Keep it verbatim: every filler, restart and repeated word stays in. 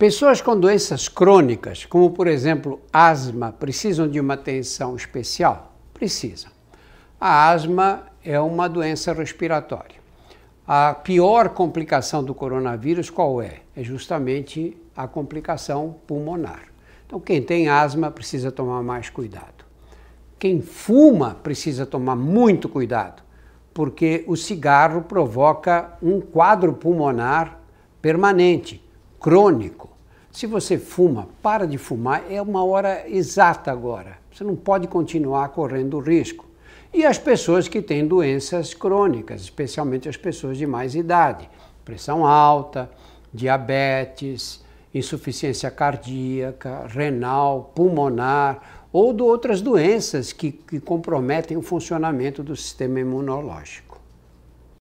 Pessoas com doenças crônicas, como por exemplo asma, precisam de uma atenção especial? Precisam. A asma é uma doença respiratória. A pior complicação do coronavírus qual é? É justamente a complicação pulmonar. Então quem tem asma precisa tomar mais cuidado. Quem fuma precisa tomar muito cuidado, porque o cigarro provoca um quadro pulmonar permanente, crônico. Se você fuma, para de fumar, é uma hora exata agora. Você não pode continuar correndo risco. E as pessoas que têm doenças crônicas, especialmente as pessoas de mais idade, pressão alta, diabetes, insuficiência cardíaca, renal, pulmonar ou de outras doenças que, que comprometem o funcionamento do sistema imunológico.